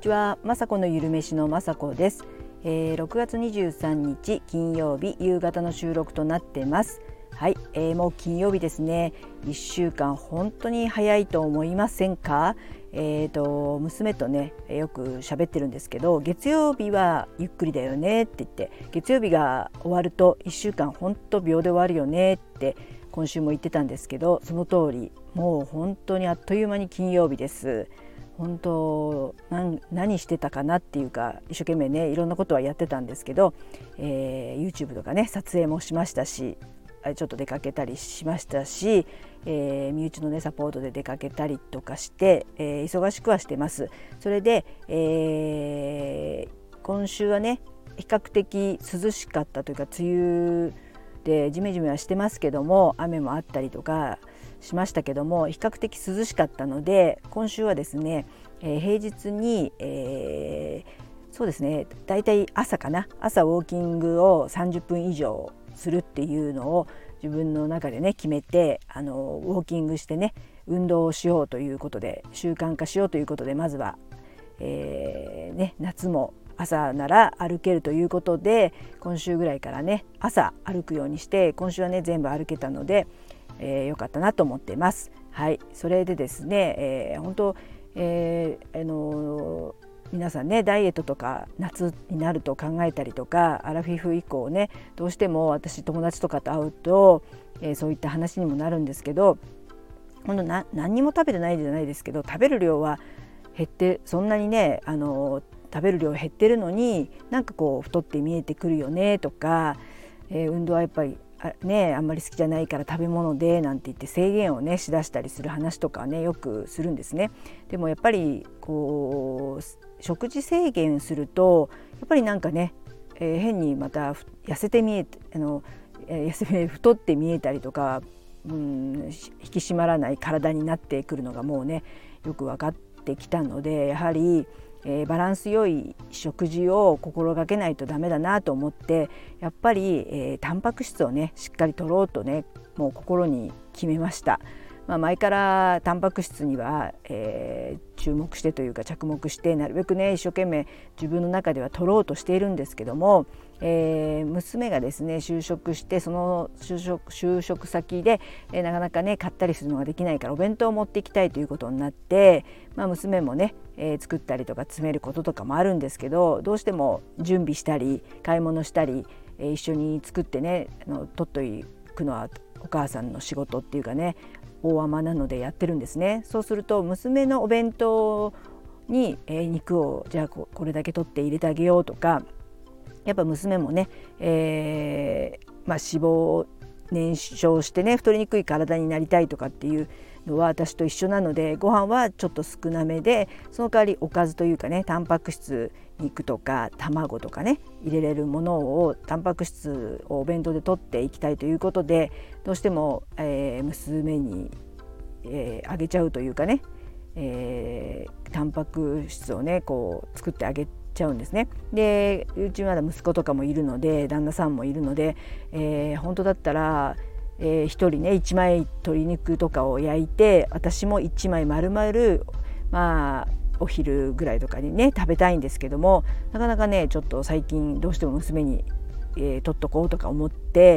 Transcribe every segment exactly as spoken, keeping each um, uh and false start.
ちは、まさこのゆるめしのまさこです、えー、ろくがつにじゅうさんにち金曜日夕方の収録となってます。はい、えー、もう金曜日ですね。いっしゅうかん本当に早いと思いませんか？えーと娘とねよく喋ってるんですけど、月曜日はゆっくりだよねって言って、月曜日が終わるといっしゅうかん本当秒で終わるよねって今週も言ってたんですけど、その通りもう本当にあっという間に金曜日です。本当 何, 何してたかなっていうか、一生懸命ねいろんなことはやってたんですけど、えー、YouTube とかね撮影もしましたし、ちょっと出かけたりしましたし、えー、身内のねサポートで出かけたりとかして、えー、忙しくはしてます。それで、えー、今週はね比較的涼しかったというか、梅雨でジメジメはしてますけども、雨もあったりとかしましたけども、比較的涼しかったので、今週はですね、えー、平日に、えー、そうですね、だいたい朝かな朝ウォーキングをさんじゅっぷん以上するっていうのを自分の中でね決めて、あのウォーキングしてね運動をしようということで、習慣化しようということで、まずは、えーね、夏も朝なら歩けるということで、今週ぐらいからね朝歩くようにして、今週はね全部歩けたので、えー、よかったなと思っています。はい、それでですね、えー、本当、えーあのー皆さんねダイエットとか夏になると考えたりとか、アラフィフ以降ねどうしても私友達とかと会うと、えー、そういった話にもなるんですけど、本当な何にも食べてないじゃないですけど、食べる量は減って、そんなにねあの食べる量減ってるのになんかこう太って見えてくるよねとか、えー、運動はやっぱりあねあんまり好きじゃないから食べ物でなんて言って制限をねしだしたりする話とかねよくするんですね。でもやっぱりこう食事制限するとやっぱりなんかね、えー、変にまた痩せて見えてあの、えー、痩せ太って見えたりとか、うん、引き締まらない体になってくるのがもうねよく分かってきたので、やはり、えー、バランス良い食事を心がけないとダメだなと思って、やっぱり、えー、タンパク質をねしっかり取ろうとねもう心に決めました。まあ、前からタンパク質には、えー、注目してというか着目して、なるべくね一生懸命自分の中では取ろうとしているんですけども、えー、娘がですね就職して、その就職、就職先で、えー、なかなかね買ったりするのができないからお弁当を持っていきたいということになって、まあ、娘もね、えー、作ったりとか詰めることとかもあるんですけど、どうしても準備したり買い物したり、えー、一緒に作ってねあの取っといくのはお母さんの仕事っていうかね大甘なのでやってるんですね。そうすると娘のお弁当に、えー、肉をじゃあ こ, これだけ取って入れてあげようとか、やっぱ娘もね、えーまあ、脂肪を燃焼してね太りにくい体になりたいとかっていうのは私と一緒なので、ご飯はちょっと少なめで、その代わりおかずというかねタンパク質、肉とか卵とかね入れれるものをタンパク質をお弁当で取っていきたいということで、どうしても、えー、娘に、えー、あげちゃうというかね、えー、タンパク質をねこう作ってあげちゃうんですね。でうちまだ息子とかもいるので、旦那さんもいるので、えー、本当だったらえー、ひとりねいちまい鶏肉とかを焼いて、私もいちまい丸々まあお昼ぐらいとかにね食べたいんですけども、なかなかねちょっと最近どうしても娘に、えー、取っとこうとか思って、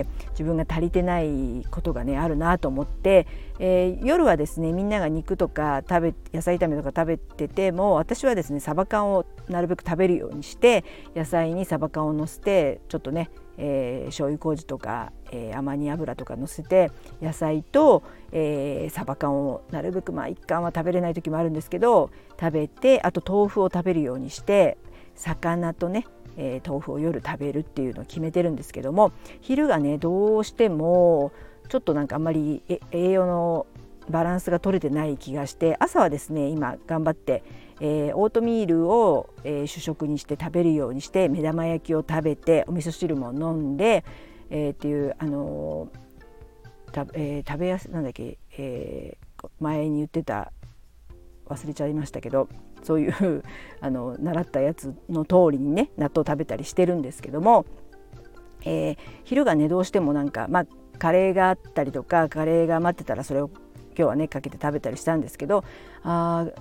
自分が足りてないことがねあるなと思って、えー、夜はですねみんなが肉とか食べ野菜炒めとか食べてても、私はですねサバ缶をなるべく食べるようにして、野菜にサバ缶をのせてちょっとねえー、醤油麹とか、えー、甘煮油とか乗せて野菜と、えー、サバ缶をなるべくまあ一貫は食べれない時もあるんですけど食べて、あと豆腐を食べるようにして、魚とね、えー、豆腐を夜食べるっていうのを決めてるんですけども、昼がねどうしてもちょっとなんかあんまり栄養のバランスが取れてない気がして、朝はですね今頑張ってえー、オートミールを、えー、主食にして食べるようにして、目玉焼きを食べてお味噌汁も飲んで、えー、っていう、あのーえー、食べやすなんだっけ、えー、前に言ってた忘れちゃいましたけど、そういうあの習ったやつの通りにね納豆食べたりしてるんですけども、えー、昼がねどうしてもなんか、まあ、カレーがあったりとか、カレーが余ってたらそれを今日はねかけて食べたりしたんですけど、あ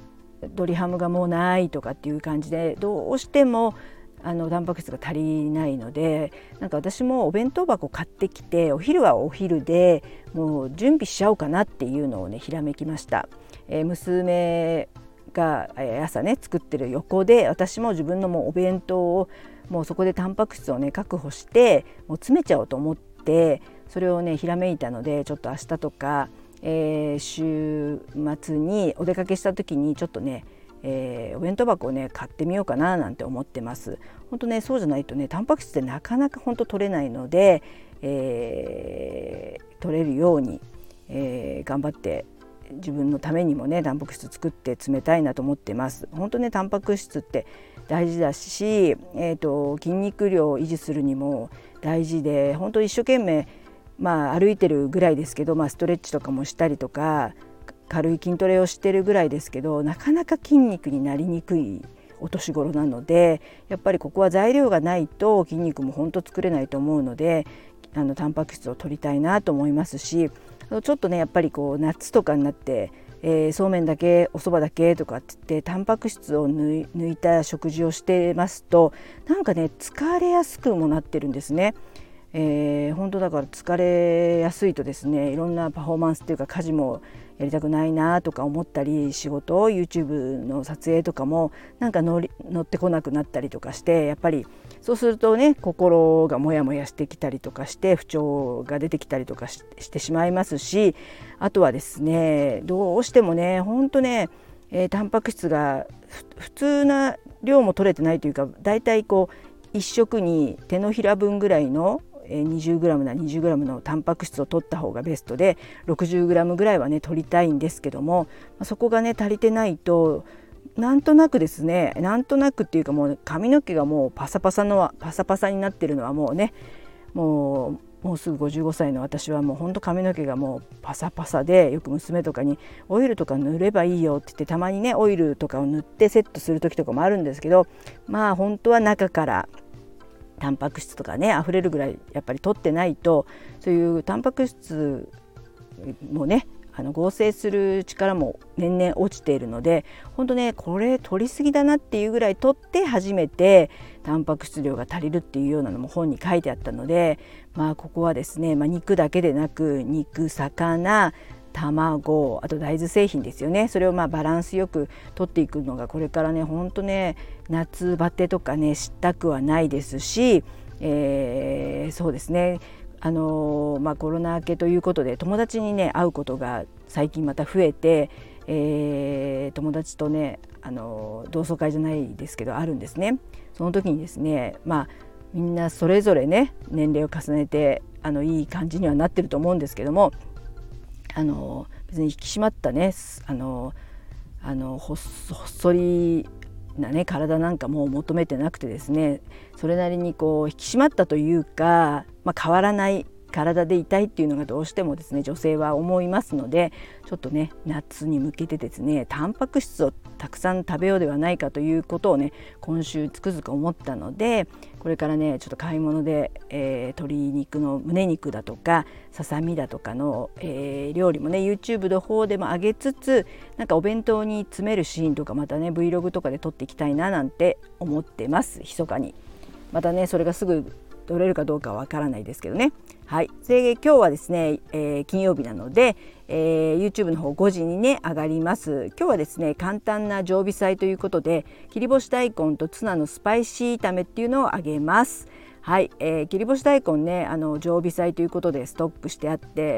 鶏ハムがもうないとかっていう感じでどうしてもあのタンパク質が足りないので、なんか私もお弁当箱買ってきてお昼はお昼でもう準備しちゃおうかなっていうのをねひらめきました。えー、娘が朝ね作ってる横で私も自分のもうお弁当をもうそこでタンパク質をね確保してもう詰めちゃおうと思ってそれをねひらめいたので、ちょっと明日とか、えー、週末にお出かけした時にちょっとねえー、お弁当箱をね買ってみようかななんて思ってます。本当ねそうじゃないとねタンパク質ってなかなか本当取れないので、えー、取れるように、えー、頑張って自分のためにもねタンパク質作って詰めたいなと思ってます。本当ねタンパク質って大事だし、えーと、筋肉量を維持するにも大事で、本当一生懸命、まあ、歩いてるぐらいですけど、まあ、ストレッチとかもしたりとか軽い筋トレをしてるぐらいですけど、なかなか筋肉になりにくいお年頃なので、やっぱりここは材料がないと筋肉も本当作れないと思うので、あのタンパク質を取りたいなと思いますし、ちょっとねやっぱりこう夏とかになって、えー、そうめんだけお蕎麦だけとかって言ってタンパク質を抜い、抜いた食事をしてますとなんかね疲れやすくもなってるんですね。えー、本当だから疲れやすいとですね、いろんなパフォーマンスっていうか家事もやりたくないなとか思ったり、仕事 YouTube の撮影とかもなんか乗り乗ってこなくなったりとかして、やっぱりそうするとね心がモヤモヤしてきたりとかして不調が出てきたりとか し, してしまいますし、あとはですねどうしてもね本当ね、えー、タンパク質が普通な量も取れてないというか、だいたいこう一食に手のひら分ぐらいのにじゅうグラム な にじゅうグラム のタンパク質を取った方がベストで、 ろくじゅうグラム ぐらいはね取りたいんですけども、そこがね足りてないとなんとなくですねなんとなくっていうかもう髪の毛がもうパサパサのパサパサになってるのはもうねもうもうすぐごじゅうごさいの私はもうほんと髪の毛がもうパサパサで、よく娘とかにオイルとか塗ればいいよって言って、たまにねオイルとかを塗ってセットする時とかもあるんですけど、まあ本当は中からタンパク質とかね溢れるぐらいやっぱり取ってないと、そういうタンパク質もねあの合成する力も年々落ちているので、本当ねこれ取りすぎだなっていうぐらい取って初めてタンパク質量が足りるっていうようなのも本に書いてあったので、まあここはですね、まあ、肉だけでなく肉、魚、卵、あと大豆製品ですよね。それをまあバランスよく取っていくのがこれからね本当ね夏バテとかねしたくはないですし、えー、そうですねあのーまあ、コロナ明けということで友達にね会うことが最近また増えて、えー、友達とね、あのー、同窓会じゃないですけどあるんですね。その時にですね、まあ、みんなそれぞれね年齢を重ねてあのいい感じにはなってると思うんですけども、あのー、別に引き締まったねあのー、あのー、ほっそりなね体なんかもう求めてなくてですね、それなりにこう引き締まったというか、まあ、変わらない体でいたいっていうのがどうしてもですね女性は思いますので、ちょっとね夏に向けてですねタンパク質をたくさん食べようではないかということをね今週つくづく思ったので、これからねちょっと買い物で、えー、鶏肉の胸肉だとかささみだとかの、えー、料理もね YouTube の方でも上げつつ、なんかお弁当に詰めるシーンとかまたね Vlog とかで撮っていきたいななんて思ってます。密かにまたねそれがすぐ撮れるかどうかはわからないですけどね。はい、で今日はですね、えー、金曜日なので、えー、YouTube の方ごじにね上がります。今日はですね簡単な常備菜ということで切り干し大根とツナのスパイシー炒めっていうのをあげます。はい、えー、切り干し大根ねあの常備菜ということでストックしてあって、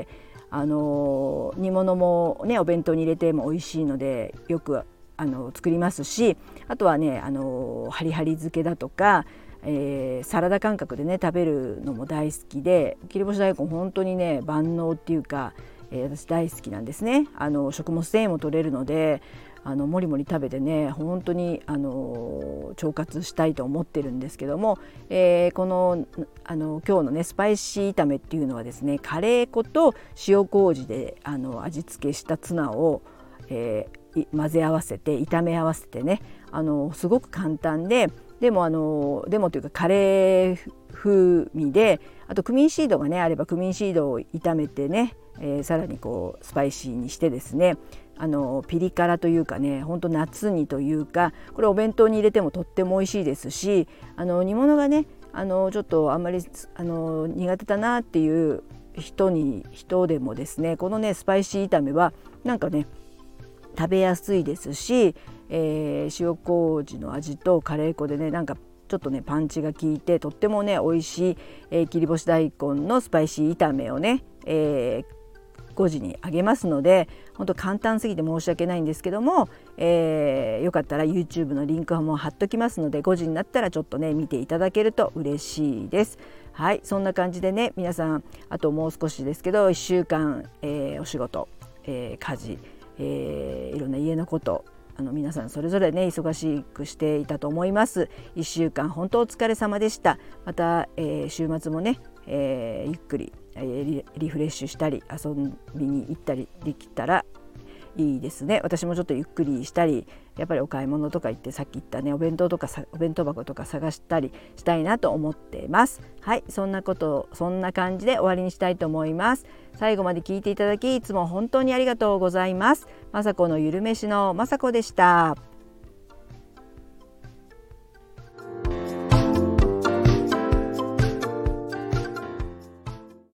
あのー、煮物もねお弁当に入れても美味しいのでよくあの作りますし、あとはねあのハリハリ漬けだとかえー、サラダ感覚でね食べるのも大好きで、切り干し大根本当にね万能っていうか、えー、私大好きなんですね。あの食物繊維も取れるのであのもりもり食べてね本当にあの腸活したいと思ってるんですけども、えー、このあの今日のねスパイシー炒めっていうのはですねカレー粉と塩麹であの味付けしたツナを、えー、混ぜ合わせて炒め合わせてねあのすごく簡単で、でもあのでもというかカレー風味で、あとクミンシードがねあればクミンシードを炒めてねえー、さらにこうスパイシーにしてですね、あのピリ辛というかね、ほんと夏にというか、これお弁当に入れてもとっても美味しいですし、あの煮物がね、あのちょっとあんまりあの苦手だなっていう人に人でもですね、このねスパイシー炒めはなんかね食べやすいですし、えー、塩麹の味とカレー粉でね、なんかちょっとねパンチが効いてとってもね美味しい、えー、切り干し大根のスパイシー炒めをね、えーごじにあげますので、本当簡単すぎて申し訳ないんですけども、えー、よかったら YouTube のリンクも貼っときますので、ごじになったらちょっとね見ていただけると嬉しいです。はい、そんな感じでね、皆さんあともう少しですけどいっしゅうかん、えー、お仕事、えー、家事、えー、いろんな家のことあの皆さんそれぞれね忙しくしていたと思います。いっしゅうかん本当お疲れ様でした。また、えー、週末もね、えー、ゆっくりリフレッシュしたり遊びに行ったりできたらいいですね。私もちょっとゆっくりしたり、やっぱりお買い物とか行って、さっき言ったねお弁当とかお弁当箱とか探したりしたいなと思っています。はい、そんなことそんな感じで終わりにしたいと思います。最後まで聞いていただきいつも本当にありがとうございます。まさこのゆるめしのまさこでした。